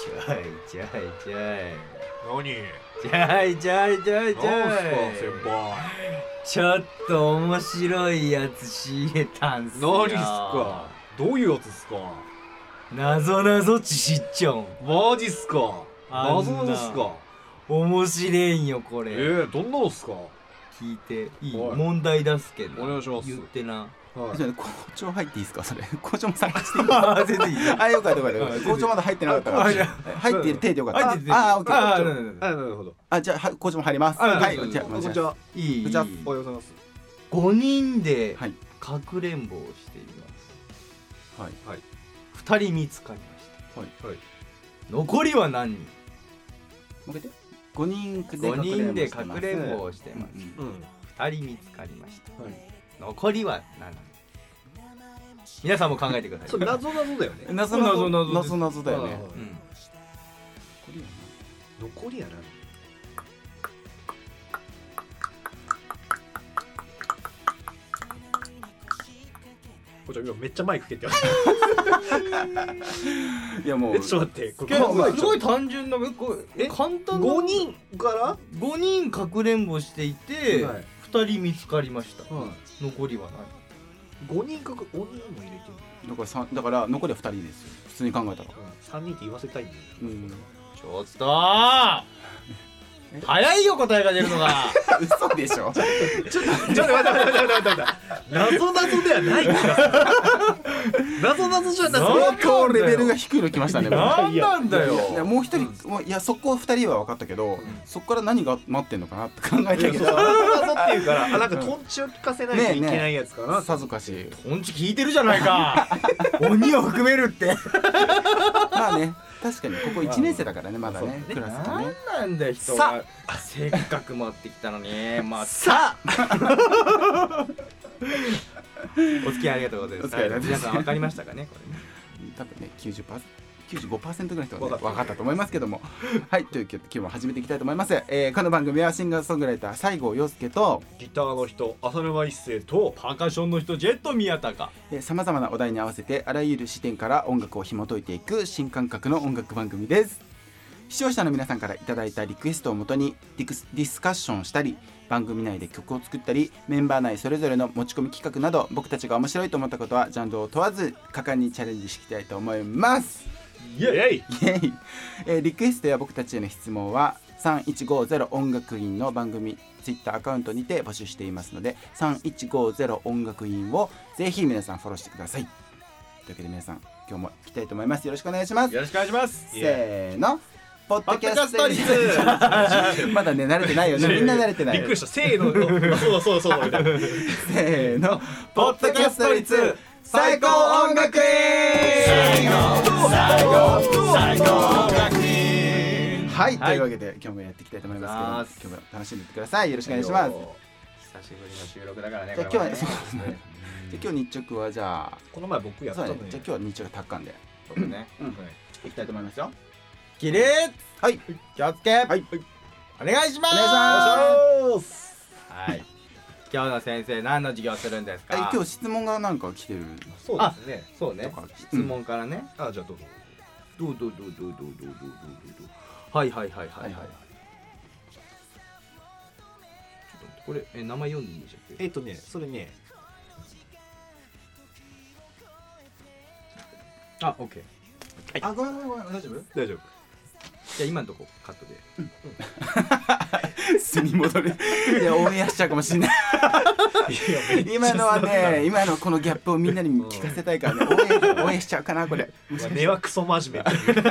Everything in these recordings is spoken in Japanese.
ちょい何ちょい先輩ちょっと面白いやつ仕入れたんすよ。 何っすかどういうやつっすか謎々知識ちょん。 マジっすかあんな謎ですか面白いんよこれ。 どんなのっすか聞いていい？ はい問題出すけどお願いします言ってな。 はいじゃあ校長入っていいですかそれ。校長も参加していいあ全然いいよ。 あ、よかったよかった。校長まだ入ってなかったから。 あいや入っている手でよかった。 入ってるあ、オッケー。 あなるほどじゃあ校長も入ります。 あはい。 どうぞじゃあこんにちはいいいい。 じゃあおはようございます 5人ではいかくれんぼをしています。 はいはい 2人見つかりました。 はい残りは何人？ もう一回言って。5人 5人でかくれんぼをしてます。 うん 2人見つかりました。 はい残りは何人？皆さんも考えてください。 それ謎だよね謎謎だよね。 うん残りやなこちら今めっちゃマイク蹴ってますいやもうちょっと待ってこれすごい単純な簡単な 5人から 5人かくれんぼしていて、 はい 2人見つかりました。 は残りは 5人かく5人も入れてるだから残りは2人ですよ。普通に考えたら。 3人って言わせたいんだようん。 何？ちょっと早いよ答えが出るのが。 嘘でしょ。 ちょっと待って謎ではないから謎じゃな相当レベルが低いのきましたね。 なんなんだよ。 いやもう一人いやそこ2人は分かったけど、そこから何が待ってんのかなって考えたけど、 謎っていうからなんかトンチを聞かせないといけないやつかなさぞかし。 トンチ聞いてるじゃないか。鬼を含めるって。 まあね、確かにここ1年生だからね、まだね、クラスがね。 なんなんだよ人がせっかく持ってきたのにまあさお付き合いありがとうございます。 お付き合いありがとうございます皆さん分かりましたかねこれね。 多分ね95% ぐらいの人が、ね、分かったと思いますけどもはい、というわけで今日も始めていきたいと思います。この番組はシンガーソングライター西郷陽介とギターの人浅沼一生とパーカッションの人ジェット宮高。 さまざまなお題に合わせてあらゆる視点から音楽を紐解いていく新感覚の音楽番組です。視聴者の皆さんからいただいたリクエストをもとにディスカッションしたり、番組内で曲を作ったり、メンバー内それぞれの持ち込み企画など、僕たちが面白いと思ったことはジャンルを問わず果敢にチャレンジしていきたいと思います。 イエイイエイ。リクエストや僕たちへの質問は3150音楽院の番組ツイッターアカウントにて募集していますので、3150音楽院をぜひ皆さんフォローしてください。というわけで皆さん今日も行きたいと思います。よろしくお願いします。 よろしくお願いします。 せーの、ポッドキャストポッドキャスト率まだね慣れてないよね。みんな慣れてないよ。 びっくりしたせーのそうみたいなせーの、ポッドキャスト率最高音楽院。最高音楽院。はい、というわけで今日もやっていきたいと思いますけど、今日も楽しんでいってください。よろしくお願いします。 久しぶりの収録だからね。 じゃあ今日はこれそうですね。じゃあ今日日直はじゃあこの前僕やったのにそうね。じゃあ今日は日直タッカンで僕ね。 いきたいと思いますよ。 起立。 はい。 気をつけ。 はい。 お願いします。 お願いしますはい。今日の先生何の授業するんですか？ 今日質問がなんか来てるそうですねそうねとか。 質問からね。 じゃあどうぞどうはいはいはいはいはい。 はいはいちょっと待ってこれ名前読んでいいんでしたっけ？ それねあ、オッケー。 ごめん大丈夫？ 大丈夫じゃあ今のとこカットで。 素に戻る。いやオンエアしちゃうかもしれない。今のはね、今のこのギャップをみんなに聞かせたいからね。オンエアしちゃうかなこれ。 根はクソ真面目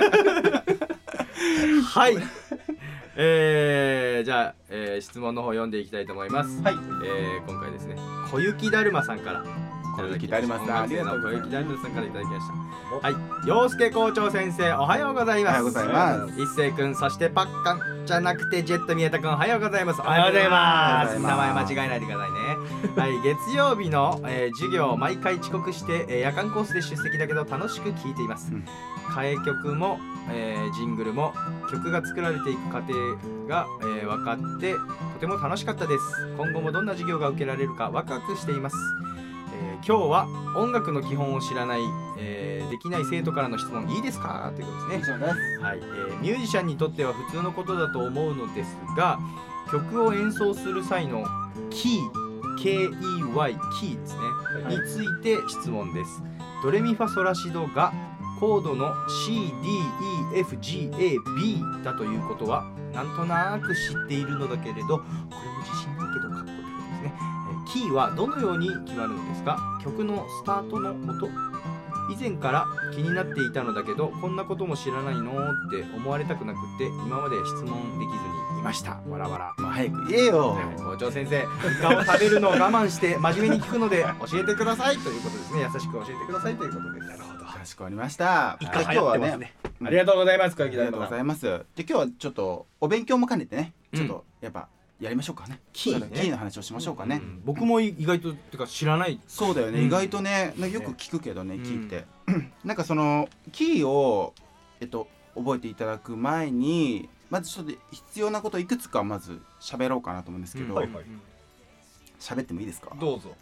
はい。じゃあ、質問の方読んでいきたいと思います。 はい。 今回ですね、小雪だるまさんから小雪だるまさん、ありがとうご小ざいます。 雪だるまさんからいただきました。はい、陽介校長先生おはようございます。 おはようございます。 一星くん、そしてパッカンじゃなくてジェット宮田くんおはようございます。おはようございます。名前間違えないでくださいね。はい、月曜日の、授業毎回遅刻して、夜間コースで出席だけど楽しく聴いています。替え曲も、ジングルも曲が作られていく過程が、分かってとても楽しかったです。今後もどんな授業が受けられるかワクワクしています。 今日は音楽の基本を知らない、できない生徒からの質問いいですかということですね。はい、ミュージシャンにとっては普通のことだと思うのですが、曲を演奏する際のキー KEY キーですね、について質問です。ドレミファソラシドがコードの CDEFGAB だということはなんとなく知っているのだけれど、これも自信ないけどかっこいいですね。キーはどのように決まるのですか？曲のスタートの音？以前から気になっていたのだけど、こんなことも知らないのって思われたくなくって今まで質問できずにいました。わらわら。 もう早く言えよ。 校長先生、イカを食べるのを我慢して真面目に聞くので教えてくださいということですね。優しく教えてくださいということです。なるほど。 かしこまりました。 イカ流行ってますね。 ありがとうございます。 ありがとうございます。で今日はちょっとお勉強も兼ねてね、ちょっとやっぱやりましょうかね。キーの話をしましょうかね。 僕も意外とてか知らない。 そうだよね。意外とね、よく聞くけどね、キーって。なんかそのキーを覚えていただく前に、まずちょっと必要なこといくつかまず喋ろうかなと思うんですけど、喋ってもいいですか？ どうぞ。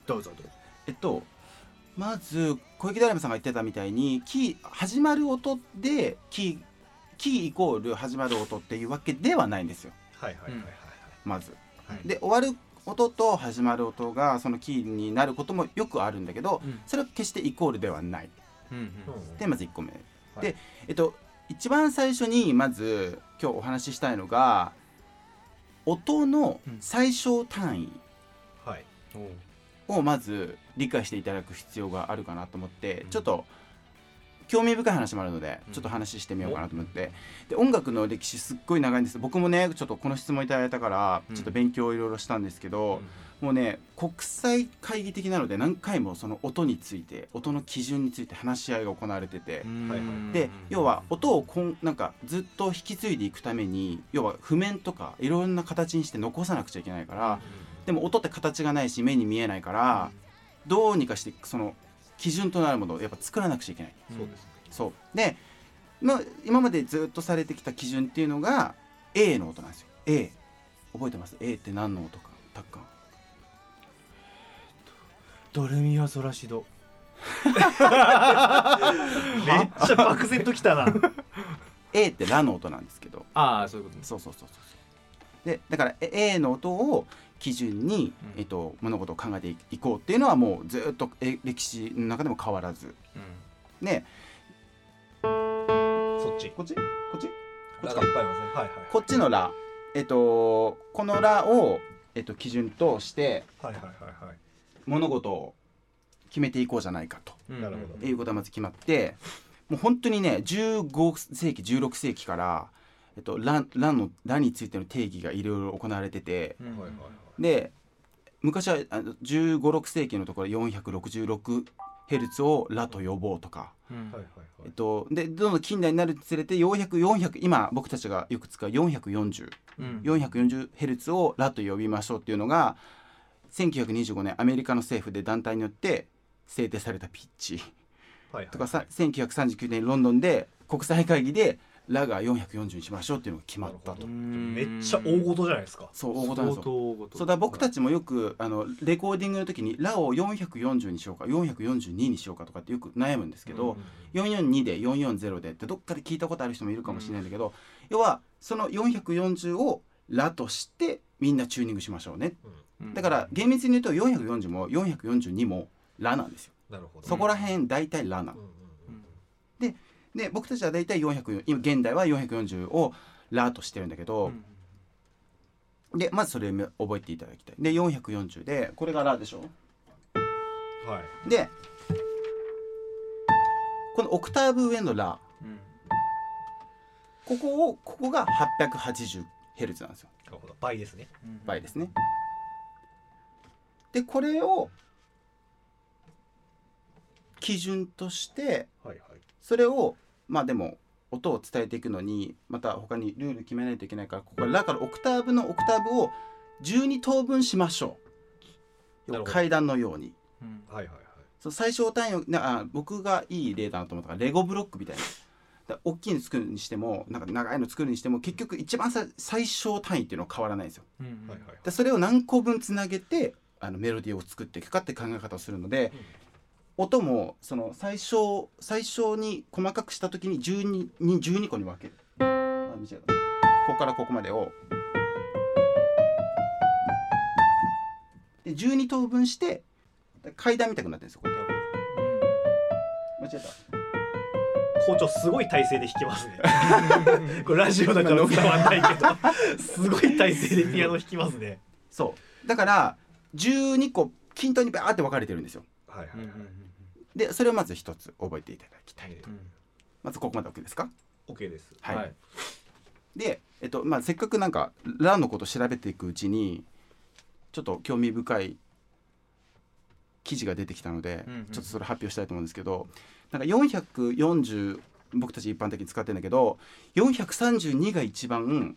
まず小池だるまさんが言ってたみたいに、キー始まる音でキーイコール始まる音っていうわけではないんですよ。まず、で終わる音と始まる音がそのキーになることもよくあるんだけど、それは決してイコールではない。でまず1個目、で一番最初にまず今日お話ししたいのが音の最小単位をまず理解していただく必要があるかなと思って、ちょっと興味深い話もあるのでちょっと話してみようかなと思って、で音楽の歴史すっごい長いんです。僕もねちょっとこの質問いただいたからちょっと勉強をいろいろしたんですけど、もうね国際会議的なので何回もその音について、音の基準について話し合いが行われてて、で要は音をなんかずっと引き継いでいくために、要は譜面とかいろんな形にして残さなくちゃいけないから、でも音って形がないし目に見えないから、どうにかしてその基準となるものをやっぱ作らなくちゃいけない。 そうですね。 そうで、今までずっとされてきた基準っていうのが A の音なんですよ。 A 覚えてます？ A って何の音か？タッカン。 ドレミファソラシド。 めっちゃ漠然ときたな。 A ってラの音なんですけど。 ああ、そういうことね。 そう。でだから A の音を基準に、物事を考えていこうっていうのはもうずっと歴史の中でも変わらず、ね、 そっちこっちラがいっぱいありますね。 こっちのラ、このラを、基準として物事を決めていこうじゃないかと、いうことがまず決まって、もう本当にね15世紀16世紀からラについての定義がいろいろ行われてて、で昔は15、6世紀のところ466ヘルツをラと呼ぼうとか、でどんどん近代になるにつれて400今僕たちがよく使う440ヘルツをラと呼びましょうっていうのが1925年アメリカの政府で団体によって制定されたピッチとか、1939年ロンドンで国際会議でラが440にしましょうっていうのが決まったと。 めっちゃ大事じゃないですか。 そう大事なんですよ。そうだ僕たちもよくレコーディングの時にラを440にしようか442にしようかとかってよく悩むんですけど、442で440でってどっかで聞いたことある人もいるかもしれないんだけど、要はその440をラとしてみんなチューニングしましょうね、だから厳密に言うと440も442もラなんですよ。 なるほど。 そこら辺大体ラなの、で僕たちは大体440今現代は440をラとしてるんだけど、でまずそれを覚えていただきたい。で440でこれがラでしょ。でこのオクターブ上のラ、ここが880ヘルツなんですよ。 なるほど。倍ですね。 倍ですね。でこれを基準として、それをでも音を伝えていくのにまた他にルール決めないといけないから、ここからラからオクターブのオクターブを12等分しましょう。階段のように。そう最小単位を僕がいい例だなと思ったからレゴブロックみたいな。大きいの作るにしてもなんか長いの作るにしても結局一番最小単位っていうのは変わらないんですよ。でそれを何個分つなげてメロディーを作っていくかって考え方をするので、 音もその最初に細かくした時に12個に分ける。あ、見違えた。ここからここまでをで12等分して階段みたくなってるんですよ。これ間違えた。 校長すごい体勢で弾きますねこれラジオだから伝わんないけどすごい体勢でピアノ弾きますね。 そうだから12個均等にバーって分かれてるんですよ。 はいはいはい。 でそれをまず一つ覚えていただきたいと。まずここまで OK ですか？ OK です。 はい、 はいで、せっかくなんかラのことを調べていくうちにちょっと興味深い記事が出てきたので、ちょっとそれ発表したいと思うんですけど、なんか440僕たち一般的に使ってるんだけど432が一番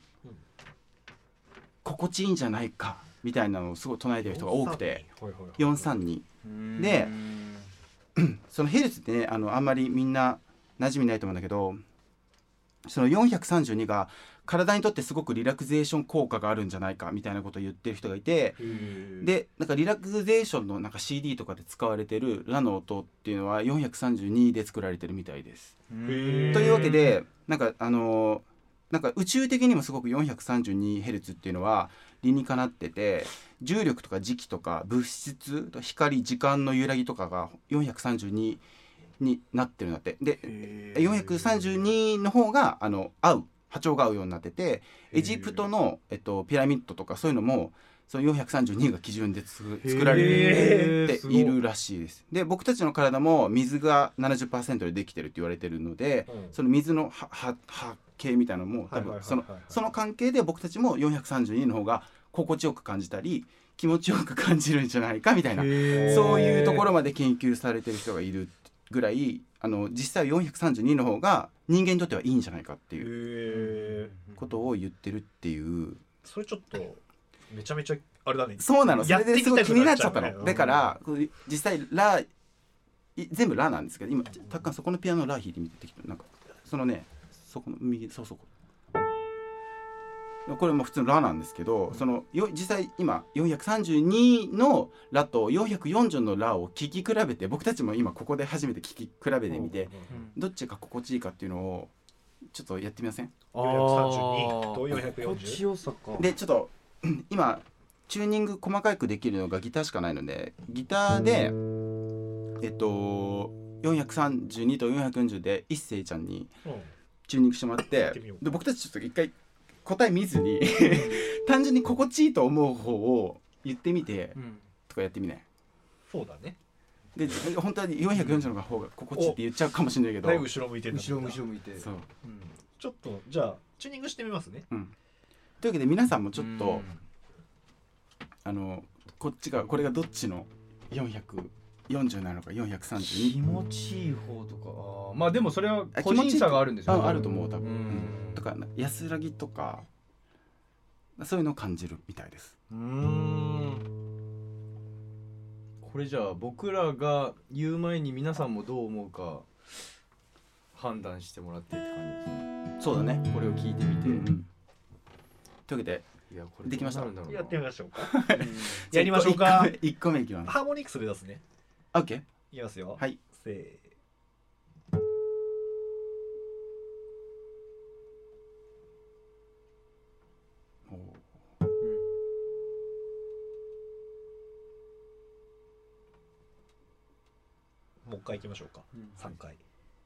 心地いいんじゃないかみたいなのをすごい唱えてる人が多くて、432でそのヘルツってね、あんまりみんな馴染みないと思うんだけど、その432が体にとってすごくリラクゼーション効果があるんじゃないかみたいなことを言ってる人がいて、でなんかリラクゼーションのなんか CD とかで使われてるラの音っていうのは432で作られてるみたいです。というわけでなんかなんか宇宙的にもすごく 432Hz っていうのは理にかなってて、重力とか磁気とか物質光時間の揺らぎとかが432になってるんだって。で432の方が波長が合うようになってて、エジプトの、ピラミッドとかそういうのもその432が基準で作られているらしいです。で僕たちの体も水が 70% でできてるって言われてるので、その水の波形みたいなのも多分その関係で僕たちも432の方が心地よく感じたり気持ちよく感じるんじゃないかみたいな、そういうところまで研究されてる人がいるぐらい、実際は432の方が人間にとってはいいんじゃないかっていうことを言ってるっていう。 それちょっとめちゃめちゃあれだね。 そうなの。それですごい気になっちゃったの。だから実際ラ全部ラなんですけど、今タッカンそこのピアノラ弾いてみて、なんかそのね、そこの右、そうこれも普通のラなんですけど、その実際今432のラと440のラを聴き比べて、僕たちも今ここで初めて聴き比べてみて、どっちが心地いいかっていうのをちょっとやってみません ？432と440。 心地よさか。 でちょっと今チューニング細かくできるのがギターしかないので、ギターで432と440で一星ちゃんにチューニングしてもらって、で僕たちちょっと一回答え見ずに単純に心地いいと思う方を言ってみて、とかやってみない？ そうだね。 で本当に440の方が心地いいって言っちゃうかもしれないけど、 だいぶ後ろ向いてるんだ。 後ろ向いて。 そう、 ちょっとじゃあチューニングしてみますね。 というわけで皆さんもちょっとこっちがこれがどっちの440なのか432、 気持ちいい方とか、まあでもそれは個人差があるんですよね。 あると思う多分、とか安らぎとかそういうのを感じるみたいです。 これじゃあ僕らが言う前に皆さんもどう思うか判断してもらってって感じですね。 そうだね。 これを聞いてみて、というわけでできました。 やってみましょうか。やりましょうか。 1個目いきます。 ハーモニクスで出すね。 OK。 いきますよ。 はい。 せー。もう一回いきましょうか。3回。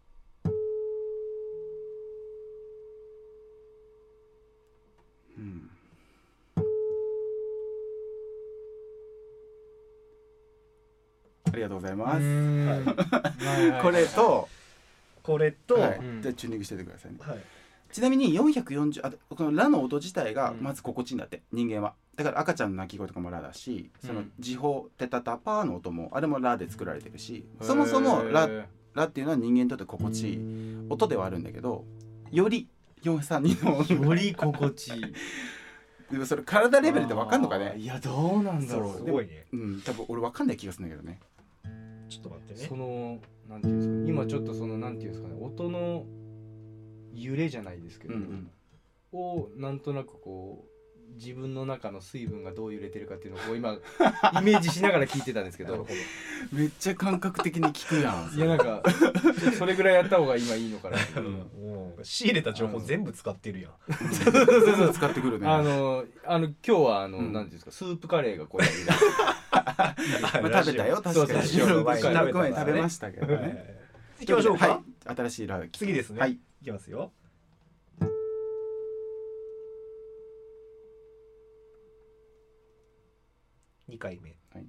ありがとうございます。これと、じゃあチューニングしててくださいね。ちなみに440、このラの音自体がまず心地いいんだって、人間は。だから赤ちゃんの鳴き声とかもラだし、その時報テタタパーの音もあれもラで作られてるし、そもそもラっていうのは人間にとって心地いい音ではあるんだけど、より432のより心地いい。 でもそれ体レベルで分かんのかね。 いやどうなんだろう。 すごいね。 多分俺分かんない気がするんだけどね。 ちょっと待ってね。 そのなんていうんですか、今ちょっとそのなんていうんですかね、音の揺れじゃないですけど、をなんとなくこう自分の中の水分がどう揺れてるかっていうのを今イメージしながら聞いてたんですけどめっちゃ感覚的に聞くやん。 いやなんかそれぐらいやった方が今いいのかなって、 もう仕入れた情報全部使ってるやん。 そう使ってくるね。 今日はなんていうんですか、スープカレーがこれ食べたよ確かに。 そうそう食べましたけどね。 行きましょうか。 はい、新しいラー次ですね。 はい、 いきますよ。2回目。 はい。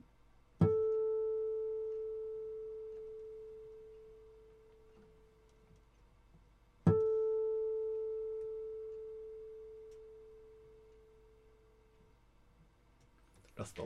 ラスト。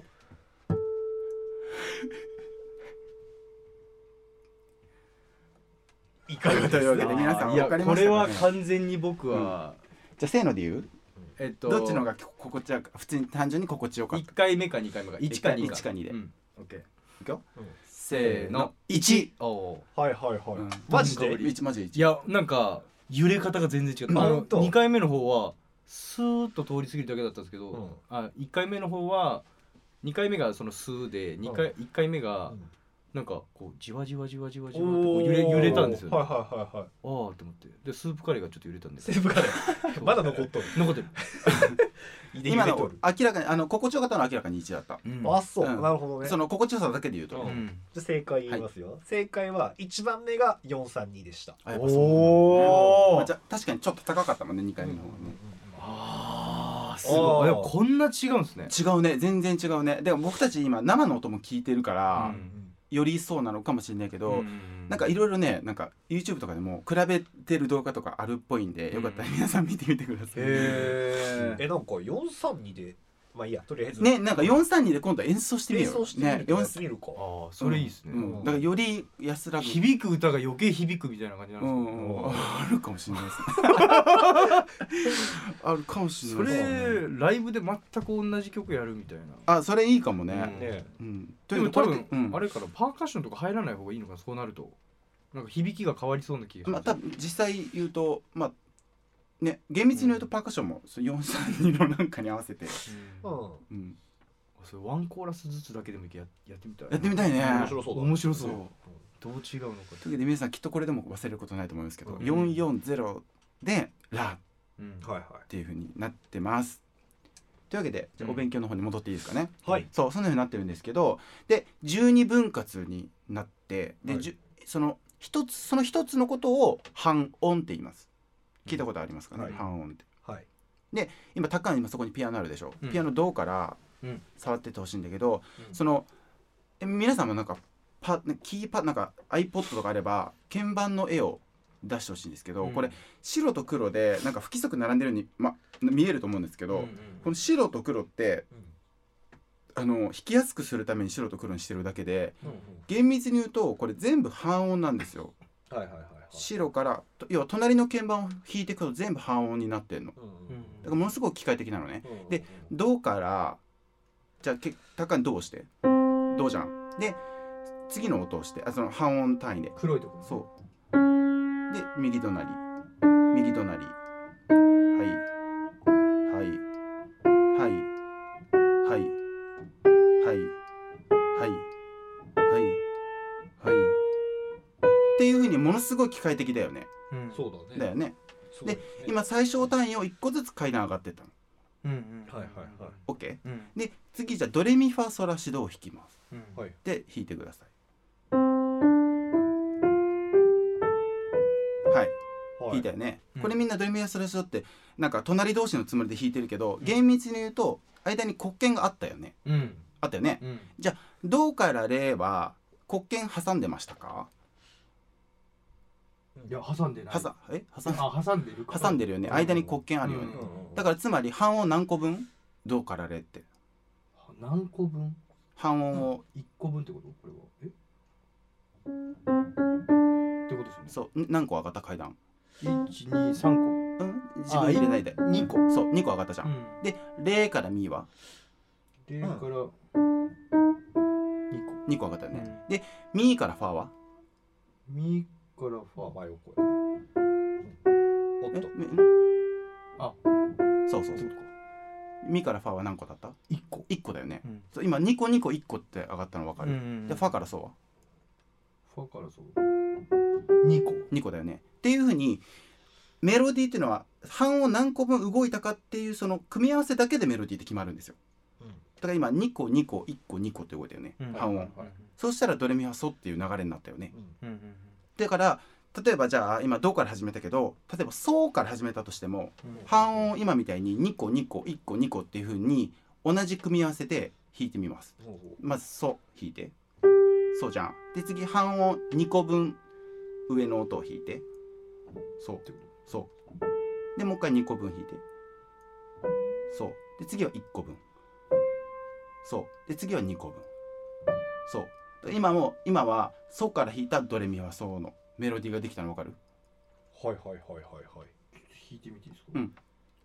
いかがというわけで皆さん分かりましたかね。 これは完全に僕は、 じゃあせーので言う？どっちのが心地よか、普通に単純に心地よかった。 1回目か2回目か1か2か 1か2で。 オッケー。 いくよ。 せーの 1。 はいはいはい。マジで 1マジで1。 いやなんか揺れ方が全然違う。2回目の方はスーッと通り過ぎるだけだったんですけど、1回目の方は2回目がそのスーで1回目がなんかこうじわじわじわじわじわってこう揺れたんですよね。 はいはいはいはい。 ああと思ってでスープカレーがちょっと揺れたんで。 スープカレーまだ残っとる。 残ってる。 今の明らかに心地よかったのは明らかに1だった。 あそうなるほどね。 その心地よさだけで言うと。 じゃ正解言いますよ。正解は1番目が432でした。 おお。じゃ確かにちょっと高かったもんね2回目の方がね。 ああすごい。こんな違うんですね。 違うね全然違うね。でも僕たち今生の音も聞いてるから。よりそうなのかもしれないけど、なんかいろいろねなんか YouTube とかでも比べてる動画とかあるっぽいんで、よかったら皆さん見てみてください。 なんか432でまあいいやとりあえずねなんか432で今度演奏してみよう。 演奏してみるか。 ああそれいいですね。 だからより安らぐ響く歌が余計響くみたいな感じなんですよ。 あるかもしれないですね。あるかもしれない。 それライブで全く同じ曲やるみたいな。 あそれいいかもね。 でも多分あれからパーカッションとか入らない方がいいのかそうなるとなんか響きが変わりそうな気がします。 多分実際言うとまあね厳密に言うとパーカッションも432のなんかに合わせてそれワンコーラスずつだけでもやってみたい。 やってみたいね。 面白そうだ。 面白そう。どう違うのか。 というわけで皆さんきっとこれでも忘れることないと思いますけど440でラっていう風になってます。というわけでじゃあお勉強の方に戻っていいですかね。そうそんな風になってるんですけど、で12分割になってでその一つのことを半音って言います。聞いたことありますかね、半音って。で今タッカー今そこにピアノあるでしょ。ピアノドから触ってってほしいんだけど、その皆さんもなんかキーパなんか iPod とかあれば鍵盤の絵を出してほしいんですけど、これ白と黒でなんか不規則並んでるように、見えると思うんですけど、この白と黒って弾きやすくするために白と黒にしてるだけで、厳密に言うとこれ全部半音なんですよ。白から要は隣の鍵盤を弾いていくと全部半音になってんの。だからものすごく機械的なのね。でドからじゃあタッカーにドをしてドじゃん。で次の音をしてその半音単位で黒いところ。 そうで右隣右隣はいはいはいはいはいはいはいっていう風にものすごい機械的だよね。 そうだね。 だよね。で今最小単位を1個ずつ階段上がってったの。OK。で次じゃあドレミファソラシドを弾きます。で弾いてください。はい弾いたよね。これみんなドレミファソラシドってなんか隣同士のつもりで弾いてるけど、厳密に言うと間に黒鍵があったよね。あったよね。じゃあドからレは黒鍵挟んでましたか？ いや挟んでない。挟んでる。 挟んでるよね。間に黒鍵あるよね。だからつまり半音何個分？ドからレって。 何個分？ 半音を 1個分ってこと？これはってことですよね。 そう何個上がった階段 ？1、2、3 個。自分入れないで 2個。 そう2個上がったじゃん。でレからミはレから 2個上がったよね。でミからファはミからファ真横や。おっと。 そうミからファは何個だった？ 1個。 1個だよね、 うん。 そう今2個2個1個って上がったの分かる、 うんうんうんでファからソはファからそう2個。 2個だよねっていう風にメロディーっていうのは半音何個分動いたかっていうその組み合わせだけでメロディーって決まるんですよ。だから今2個2個1個2個って動いたよね、 うん半音、 はいそうしたらドレミファソっていう流れになったよね。 うんうんだから例えばじゃあ今ドから始めたけど例えばソから始めたとしてもうん半音今みたいに2個2個1個2個っていう風に同じ組み合わせで弾いてみます。まずソ弾いてそうじゃん。で次半音2個分上の音を弾いてそうそうでもう一回2個分弾いてそうで次は1個分そうで次は2個分そう今はソから弾いたドレミファソのメロディーができたの分かる？ はいはいはいはいはい。 弾いてみていいですか？ うん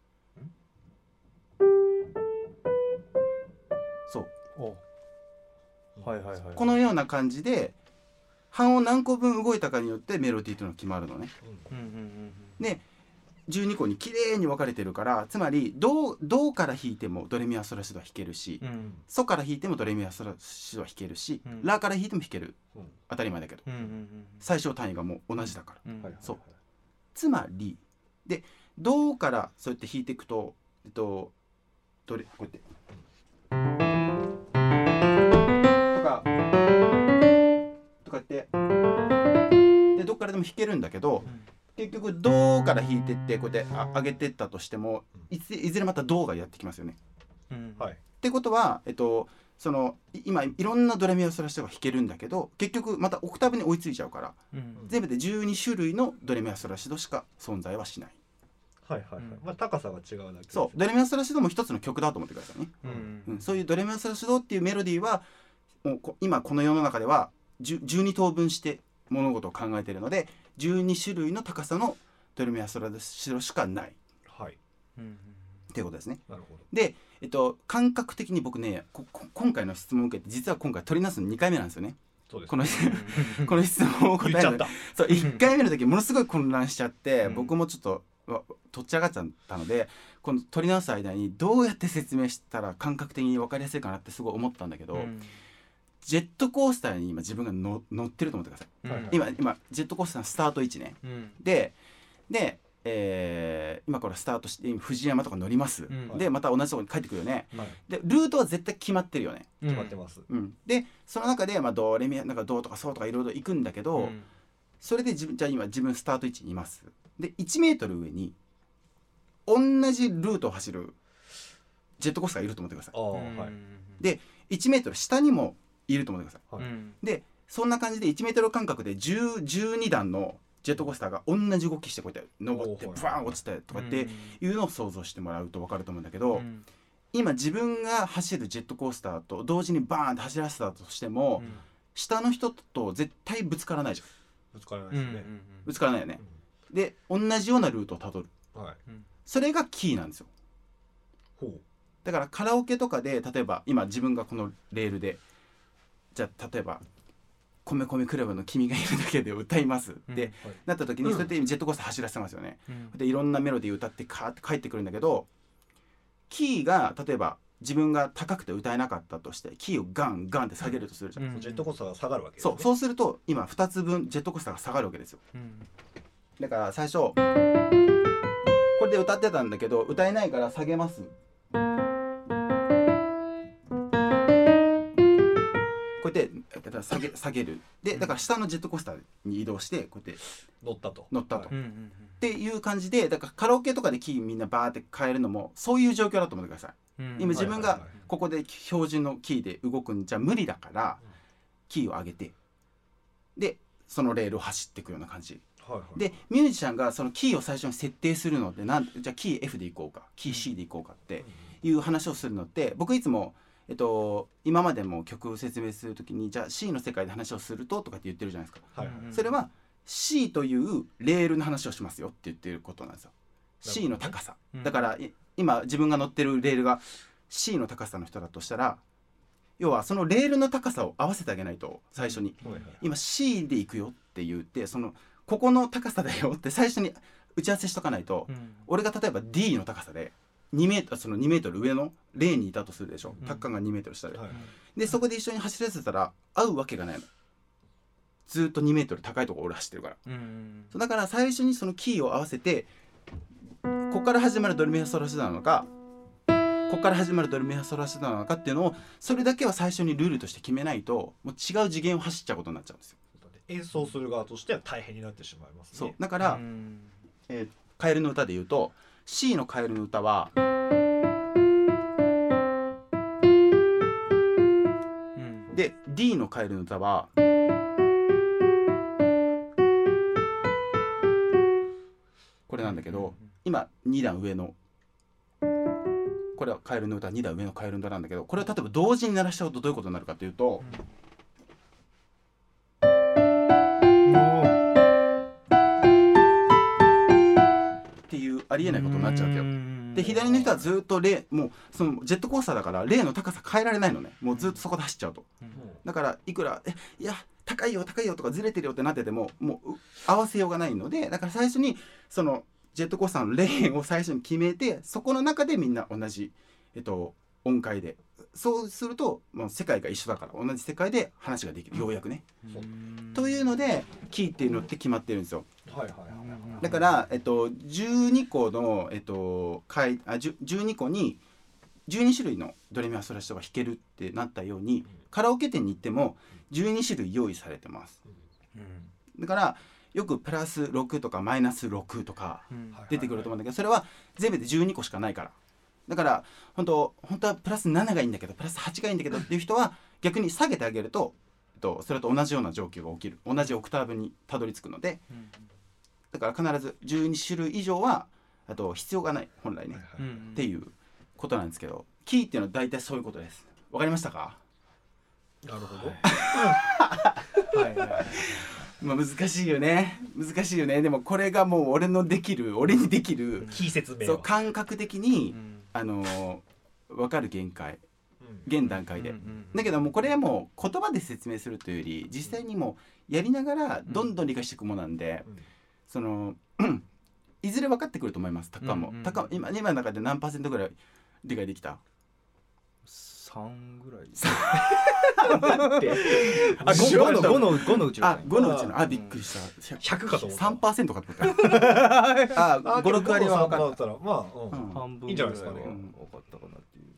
そうおはいはいはい。 このような感じで半音何個分動いたかによってメロディーというのが決まるのね。 うんうんうんで12個に綺麗に分かれてるからつまりドから弾いてもドレミファソラシドは弾けるし、 うんソから弾いてもドレミファソラシドは弾けるし、 うんラから弾いても弾けるうん当たり前だけどうんうん最小単位がもう同じだからうんはいそうつまりでドからそうやって弾いていくとこうやってとかってでどっからでも弾けるんだけど結局ドから弾いてってこうやって上げてったとしてもいずれまたドがやってきますよね。 うんはい。 ってことはその今いろんなドレミファソラシドが弾けるんだけど結局またオクターブに追いついちゃうからうん全部で12種類のドレミファソラシドしか存在はしない。 はいはいはい。 うんまあ高さが違うだけ。 そうドレミファソラシドも一つの曲だと思ってくださいね。 うんそういうドレミファソラシドっていうメロディーはもう今この世の中では12等分して物事を考えているので12種類の高さのドレミファソラシドしかないはい。 うんっていうことですね。 なるほど。 で、感覚的に僕ね今回の質問を受けて実は今回取りなすの2回目なんですよね。 そうです。 このうんこの質問を答える言っちゃった。 そう1回目の時ものすごい混乱しちゃって、 うん僕もちょっととっち上がっちゃったのでこの取り直す間にどうやって説明したら感覚的に分かりやすいかなってすごい思ったんだけど、 うんジェットコースターに今自分が乗ってると思ってください。 うんはい今ジェットコースターのスタート位置ね。 うんで、今からスタートして今藤山とか乗ります、 うんでまた同じところに帰ってくるよね。 はい。 でルートは絶対決まってるよね。 決まってます。 でその中で、ドレミなんかドとかソとかいろいろ行くんだけど、 うんそれでじゃあ今自分スタート位置にいます。で1メートル上に同じルートを走るジェットコースターがいると思ってください。 ああうんはい。 で1メートル下にもいると思ってください。 はいうんでそんな感じで1メートル間隔で12段のジェットコースターが同じ動きしてこうやって登っておーバーン落ちてとかっていうのを想像してもらうと分かると思うんだけど、 うん今自分が走るジェットコースターと同時にバーンって走らせたとしても、下の人と絶対ぶつからないじゃん。 ぶつからないうんですね。 ぶつからないよね。で同じようなルートをたどる。 はい。 それがキーなんですよ。 ほう。 だからカラオケとかで例えば今自分がこのレールでじゃあ例えば米米クラブの君がいるだけで歌いますって、 うんはい。 なった時にそれでジェットコースター走らせてますよね。 うんでいろんなメロディー歌ってカーって帰ってくるんだけどキーが例えば自分が高くて歌えなかったとしてキーをガンガンって下げるとするじゃん、 うんジェットコースターが下がるわけですね。 そうすると今2つ分ジェットコースターが下がるわけですよ。 うんだから最初これで歌ってたんだけど歌えないから下げます。こうやって下げるでだから下のジェットコースターに移動してこうやって乗ったと。 乗ったと、 はいうんっていう感じでだからカラオケとかでキーみんなバーって変えるのもそういう状況だと思ってください。 うん今自分がはいはいはいここで標準のキーで動くんじゃ無理だからうんキーを上げてでそのレールを走っていくような感じはいはい。 でミュージシャンがそのキーを最初に設定するのってじゃあキー F でいこうかキー C でいこうかっていう話をするのって僕いつも今までも曲を説明するときにじゃあ C の世界で話をするととかって言ってるじゃないですか。 はいはい。 それは C というレールの話をしますよって言ってることなんですよ。 なるほどね C の高さ、 うんだから今自分が乗ってるレールが C の高さの人だとしたら要はそのレールの高さを合わせてあげないと最初にはいはい。 今 C で行くよって言ってここの高さだよって最初に打ち合わせしとかないとうん俺が例えば D の高さで 2メートルその2メートル上のレーンにいたとするでしょ、タッカーが2メートル下で、でそこで一緒に走らせたら合うわけがないの。ずっと2メートル高いところ俺走ってるから、そうだから最初にそのキーを合わせて、ここから始まるドレミファソラシドなのか、ここから始まるドレミファソラシドなのかっていうのを、それだけは最初にルールとして決めないと、もう違う次元を走っちゃうことになっちゃうんですよ。 演奏する側としては大変になってしまいますね。 そうだから、カエルの歌で言うと C のカエルの歌は、で D のカエルの歌はこれなんだけど、今2段上のこれはカエルの歌、2段上のカエルの歌なんだけど、これを例えば同時に鳴らしちゃうとどういうことになるかというと、っていうありえないことになっちゃうわけよ。で左の人はずっともうそのジェットコースターだからレーの高さ変えられないのね。もうずっとそこで走っちゃうと、だからいくらいや高いよ高いよとかずれてるよってなっててももう合わせようがないので、だから最初にそのジェットコースターのレーンを最初に決めて、そこの中でみんな同じ、音階で、そうするともう世界が一緒だから同じ世界で話ができる、ようやくね、というのでキーっていうのって決まってるんですよ。だから、12個の、12個に12種類のドレミファソラシドが弾けるってなったように、カラオケ店に行っても12種類用意されてます。だからよくプラス6とかマイナス6とか出てくると思うんだけど、それは全部で12個しかないから。だから本当はプラス7がいいんだけどプラス8がいいんだけどっていう人は逆に下げてあげると、それと同じような状況が起きる、同じオクターブにたどり着くので、だから必ず12種類以上は必要がない本来ね、っていうことなんですけど、キーっていうのは大体そういうことです。わかりましたか？ なるほど。 はいはい。まあ難しいよね、難しいよね。でもこれがもう俺にできるキー説明そう感覚的に、分かる限界、現段階で、だけどもうこれはもう言葉で説明するというより実際にもうやりながらどんどん理解していくものなんで、そのいずれ分かってくると思います。タッカーも、今の中で何%ぐらい理解できた ？3ぐらい。 5 のうちの。 5のうちの。びっくりした。 100かと思った。 3% かと思った。5、6割は分かった。 まあ、 半分いいんじゃないですかね。 分かったかなっていう。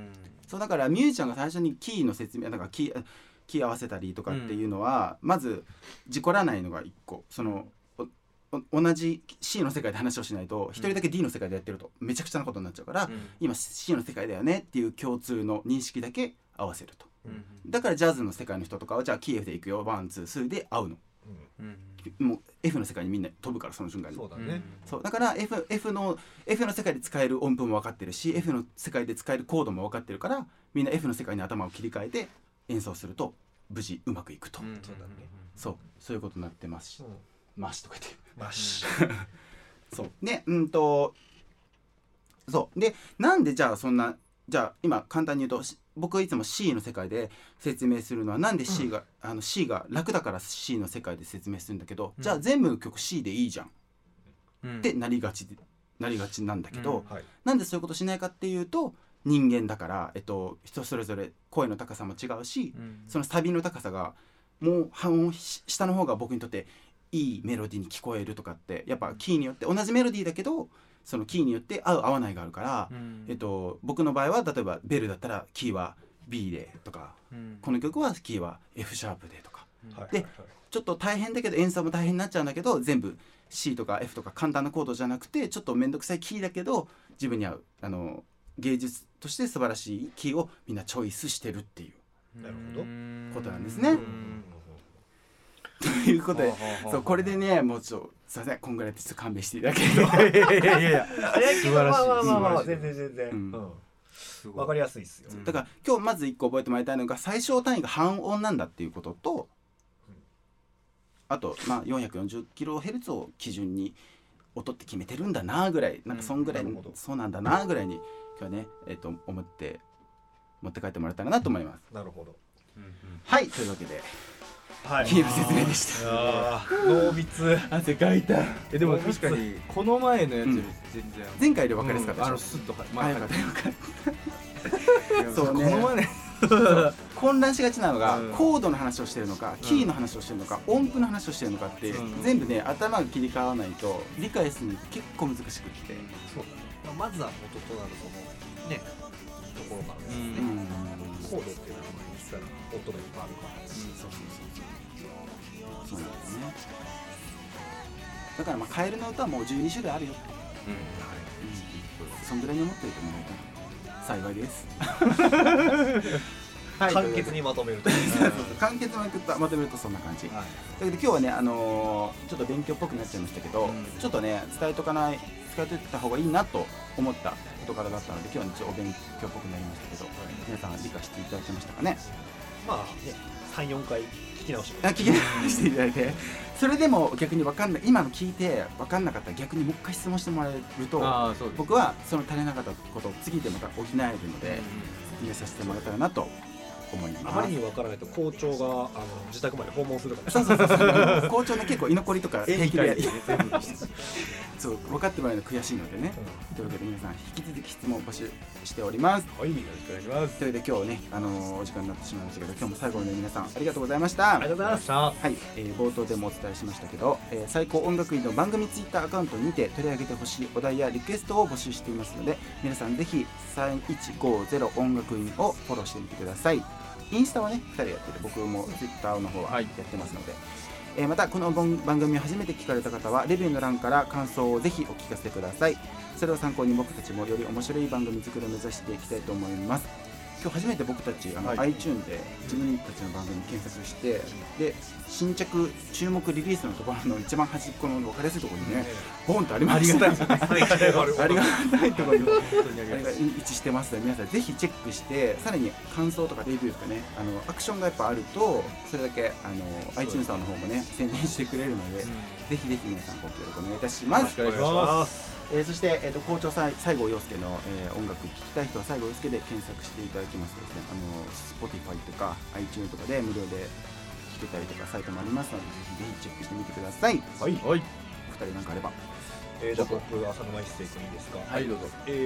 そうだからミュージシャンが最初にキーの説明、なんかキー合わせたりとかっていうのは、まず事故らないのが1個。その同じ C の世界で話をしないと、一人だけ D の世界でやってるとめちゃくちゃなことになっちゃうから、今 C の世界だよねっていう共通の認識だけ合わせると、だからジャズの世界の人とかはじゃあキー F でいくよワンツースーで合うの、もう F の世界にみんな飛ぶからその瞬間に。 そうだね。 そうだから F の世界で使える音符も分かってるし F の世界で使えるコードも分かってるから、みんな F の世界に頭を切り替えて演奏すると無事うまくいくと、そういうことになってますし、マシとか言ってマシそうでそうで、なんでじゃあそんな、じゃあ今簡単に言うと僕はいつも C の世界で説明するのは、なんで C が、C が楽だから C の世界で説明するんだけど、じゃあ全部の曲 C でいいじゃん、ってなりがちなんだけど、なんでそういうことしないかっていうと、人間だから、人それぞれ声の高さも違うし、そのサビの高さがもう半音下の方が僕にとっていいメロディーに聞こえるとかって、やっぱキーによって同じメロディーだけどそのキーによって合う合わないがあるから、僕の場合は例えばベルだったらキーは B でとか、この曲はキーは F シャープでとか、でちょっと大変だけど演奏も大変になっちゃうんだけど、全部 C とか F とか簡単なコードじゃなくてちょっと面倒くさいキーだけど自分に合う芸術として素晴らしいキーをみんなチョイスしてるっていうことなんですね。ということで、そうこれでね、もうちょっとすいません、こんぐらいでちょっと勘弁していただけるといや素晴らしい。まあ全然わかりやすいですよ。 だから今日まず1個覚えてもらいたいのが、最小単位が半音なんだっていうことと、あとまあ 440kHz を基準に音って決めてるんだなぐらい、なんかそんぐらい、そうなんだなぐらいに今日はね、思って持って帰ってもらえたらなと思います。 なるほど。 はい、というわけではいキーの説明でした。 濃密。 汗かいた。 でも確かにこの前のやつより全然前回で分かりやすかったでしょ。 スッとよかったよかった。 そうね、この前混乱しがちなのが、 うんコードの話をしてるのか、キーの話をしてるのか、音符の話をしてるのかって、全部ね頭が切り替わらないと理解するの結構難しくって。 そうだね。まずは元となるそのねところからですね。コードっていうのは実際音がいっぱいあるから。 そうなんですね。だからカエルの歌はもう12種類あるよ。そんぐらいに思っておいてもらえたら幸いです。はい、 簡潔にまとめると簡潔にまとめるとそんな感じ、はい、だけど今日はね、ちょっと勉強っぽくなっちゃいましたけど、ちょっとね伝えといた方がいいなと思った事柄だったので、今日は一応お勉強っぽくなりましたけど、皆さん理解していただけましたかね。 まあね、3、4回聞き直していただいて、それでも逆に今の聞いて分かんなかったら逆にもう一回質問してもらえると、僕はその足りなかったことを次でまた補えるので説明させてもらえたらなと思います。 あまりに分からないと校長が自宅まで訪問するから。 そう校長ね、結構居残りとか平気でやりそう分かってもらえるの悔しいのでね、というわけで皆さん引き続き質問を募集しております。 はい、よろしくお願いします。 というわけで今日ね、お時間になってしまいましたけど、今日も最後まで皆さんありがとうございました。 ありがとうございました。 はい、冒頭でもお伝えしましたけど、最高音楽院の番組ツイッターアカウントにて取り上げてほしいお題やリクエストを募集していますので、皆さんぜひ3150音楽院をフォローしてみてください。インスタはね2人やってて、僕もツイッターの方はやってますので、またこの番組を初めて聞かれた方はレビューの欄から感想をぜひお聞かせください。それを参考に僕たちもより面白い番組作りを目指していきたいと思います。今日初めて僕たちiTunes で自分たちの番組検索して、で新着注目リリースのところの一番端っこの分かりやすいところにねボンとありました。ありがたいところに位置してますので、皆さんぜひチェックして、さらに感想とかレビューとかね、アクションがやっぱあるとそれだけiTunes さんの方もね宣伝してくれるので、ぜひぜひ皆さんご協力お願いいたします。 よろしくお願いします。 そして、校長西郷陽介の、音楽聴きたい人は西郷陽介で検索していただきますとですね、Spotify とか iTunes とかで無料で聴けたりとかサイトもありますので、ぜひチェックしてみてください。 はい、 お二人なんかあれば。 じゃあ僕、浅沼一生君いいですか。 はい、どうぞ。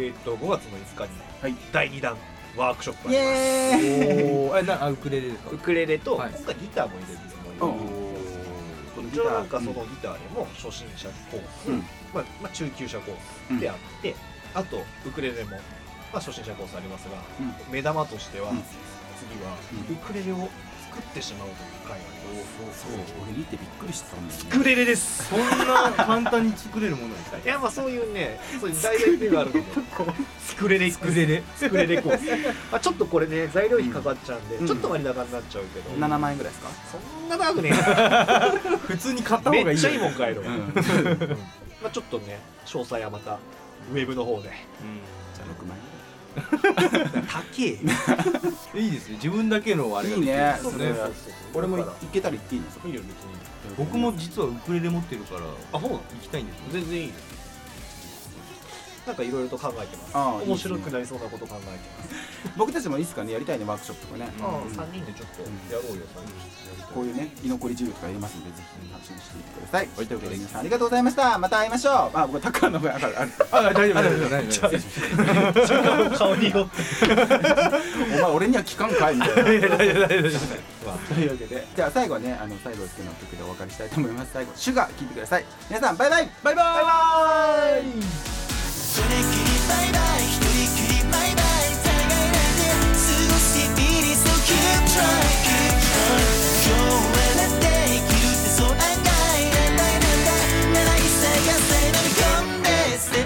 5月の5日に第2弾ワークショップあります。 ウクレレですか。 ウクレレと、今回ギターも入れるつもりで、一応なんかそのギターでも初心者コース、中級者コースであって、あとウクレレも初心者コースありますが、目玉としては次はウクレレを作ってしまうという会があります。 そう、俺見てびっくりしたんだよね。 ウクレレです。 そんな簡単に作れるものですか。 いや、そういうね、そういう大々があるので作れレコースちょっとこれね材料費かかっちゃうんで、ちょっと割高になっちゃうけど、 7万円ぐらいですか。 そんな高くね普通に買った方がいい。 めっちゃいいもん買える。ちょっとね詳細はまたウェブの方で。 じゃあ6万円高え。 いいですね、自分だけのあれがいいね。 俺も行けたら行っていいの。 いいよ別に。 僕も実はウクレレ持ってるから、 そうなの。 行きたいんです。 全然いいです。なんかいろいろと考えてます。面白くなりそうなこと考えてます。 僕たちもいいですかね、やりたいね、ワークショップとかね。 3人でちょっとやろうよ。 こういうね、居残り授業とかやりますので、ぜひ楽しみにしていてください。というわけで皆さんありがとうございました。また会いましょう。僕タッカーの方が大丈夫。 顔によってお前俺には聞かんかいみたいな。というわけで、じゃあ最後はね、最後好きな曲でお別れしたいと思います。最後シュガー聴いてください。皆さんバイバイバイバイ。 それきりバイバイ、一人きりバイバイ、互いなんて過ごしてみり、 So keep trying keep trying、 今日はだって生きるってそう案外なんだなら一切がさえ飲み込んでStep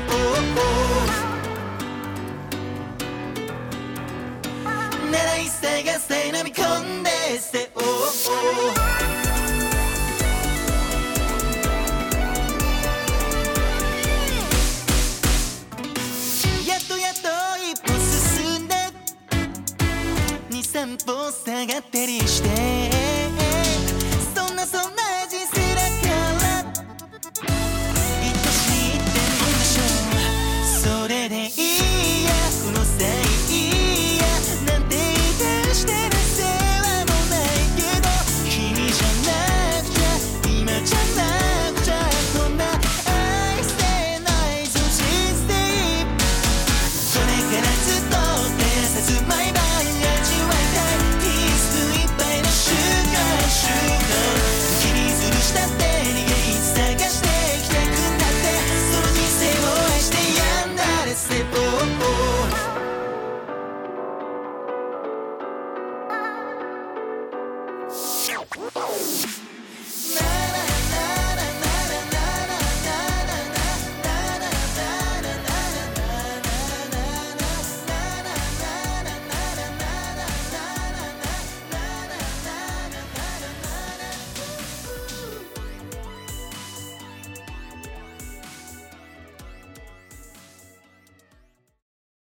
oh なら一切がさえ飲み込んでStep oh。3歩下がったりして、そんな